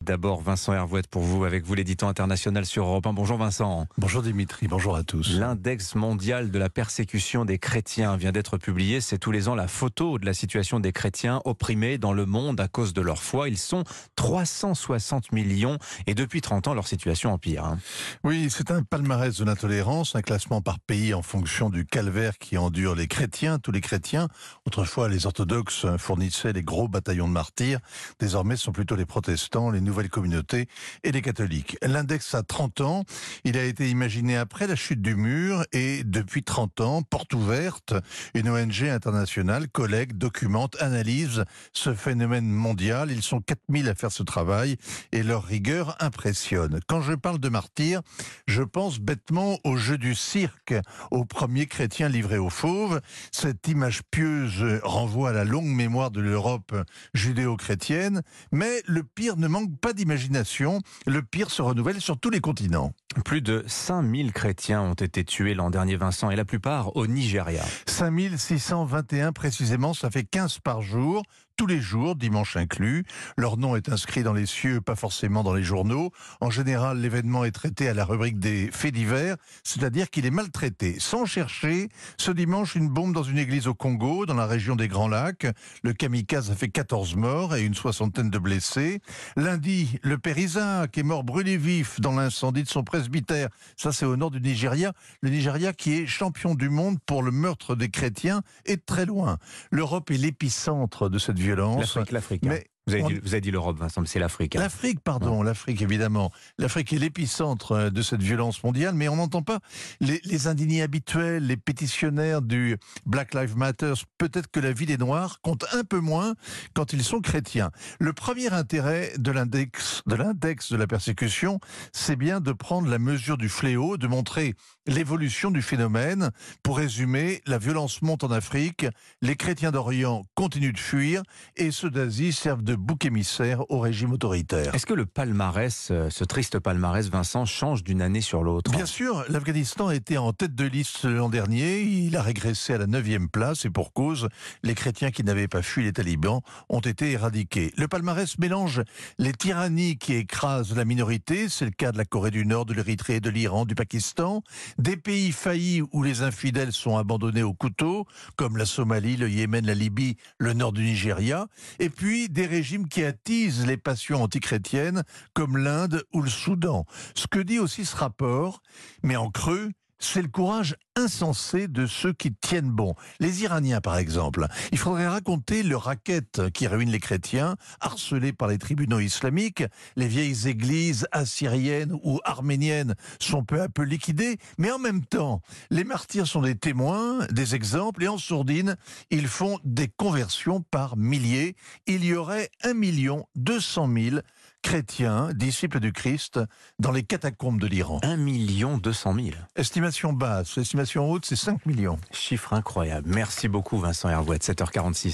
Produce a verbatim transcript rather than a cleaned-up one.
D'abord, Vincent Hervouette pour vous, avec vous l'éditeur international sur Europe un. Bonjour Vincent. Bonjour Dimitri, bonjour à tous. L'index mondial de la persécution des chrétiens vient d'être publié. C'est tous les ans la photo de la situation des chrétiens opprimés dans le monde à cause de leur foi. Ils sont trois cent soixante millions et depuis trente ans, leur situation empire. Hein. Oui, c'est un palmarès de l'intolérance, un classement par pays en fonction du calvaire qui endurent les chrétiens, tous les chrétiens. Autrefois, les orthodoxes fournissaient les gros bataillons de martyrs. Désormais, ce sont plutôt les protestants, les nouvelles communautés et les catholiques. L'index a trente ans. Il a été imaginé après la chute du mur et depuis trente ans, porte ouverte, une O N G internationale collecte, documente, analyse ce phénomène mondial. Ils sont quatre mille à faire ce travail et leur rigueur impressionne. Quand je parle de martyrs, je pense bêtement au jeu du cirque, aux premiers chrétiens livrés aux fauves. Cette image pieuse renvoie à la longue mémoire de l'Europe judéo-chrétienne, mais le pire ne manque pas d'imagination. Le pire se renouvelle sur tous les continents. Plus de cinq mille chrétiens ont été tués l'an dernier, Vincent, et la plupart au Nigeria. cinq mille six cent vingt et un précisément, ça fait quinze par jour. Tous les jours, dimanche inclus. Leur nom est inscrit dans les cieux, pas forcément dans les journaux. En général, l'événement est traité à la rubrique des faits divers, c'est-à-dire qu'il est maltraité. Sans chercher, ce dimanche, une bombe dans une église au Congo, dans la région des Grands Lacs. Le kamikaze a fait quatorze morts et une soixantaine de blessés. Lundi, le père Isaac est mort brûlé vif dans l'incendie de son presbytère. Ça, c'est au nord du Nigeria. Le Nigeria qui est champion du monde pour le meurtre des chrétiens et de très loin. L'Europe est l'épicentre de cette violence. L'Afrique, l'Afrique. Mais vous avez, on... dit, vous avez dit l'Europe, Vincent, mais c'est l'Afrique. Hein. L'Afrique, pardon, ouais. l'Afrique évidemment. L'Afrique est l'épicentre de cette violence mondiale, mais on n'entend pas les, les indignés habituels, les pétitionnaires du Black Lives Matter. Peut-être que la vie des Noirs compte un peu moins quand ils sont chrétiens. Le premier intérêt de l'index de l'index de la persécution, c'est bien de prendre la mesure du fléau, de montrer l'évolution du phénomène. Pour résumer, la violence monte en Afrique, les chrétiens d'Orient continuent de fuir et ceux d'Asie servent de bouc émissaire au régime autoritaire. Est-ce que le palmarès, ce triste palmarès, Vincent, change d'une année sur l'autre? Bien sûr, l'Afghanistan était en tête de liste l'an dernier, il a régressé à la neuvième place et pour cause, les chrétiens qui n'avaient pas fui les talibans ont été éradiqués. Le palmarès mélange les tyrannies qui écrasent la minorité, c'est le cas de la Corée du Nord, de l'Érythrée, de l'Iran, du Pakistan, des pays faillis où les infidèles sont abandonnés au couteau, comme la Somalie, le Yémen, la Libye, le nord du Nigeria, et puis des régimes qui attisent les passions antichrétiennes, comme l'Inde ou le Soudan. Ce que dit aussi ce rapport, mais en creux, c'est le courage insensé de ceux qui tiennent bon. Les Iraniens, par exemple. Il faudrait raconter le racket qui ruine les chrétiens, harcelés par les tribunaux islamiques. Les vieilles églises assyriennes ou arméniennes sont peu à peu liquidées. Mais en même temps, les martyrs sont des témoins, des exemples. Et en sourdine, ils font des conversions par milliers. Il y aurait un million deux cent mille chrétiens, disciples du Christ, dans les catacombes de l'Iran. un million deux cent mille. Estimation basse, estimation haute, c'est cinq millions. Chiffre incroyable. Merci beaucoup Vincent Hervouette, sept heures quarante-six.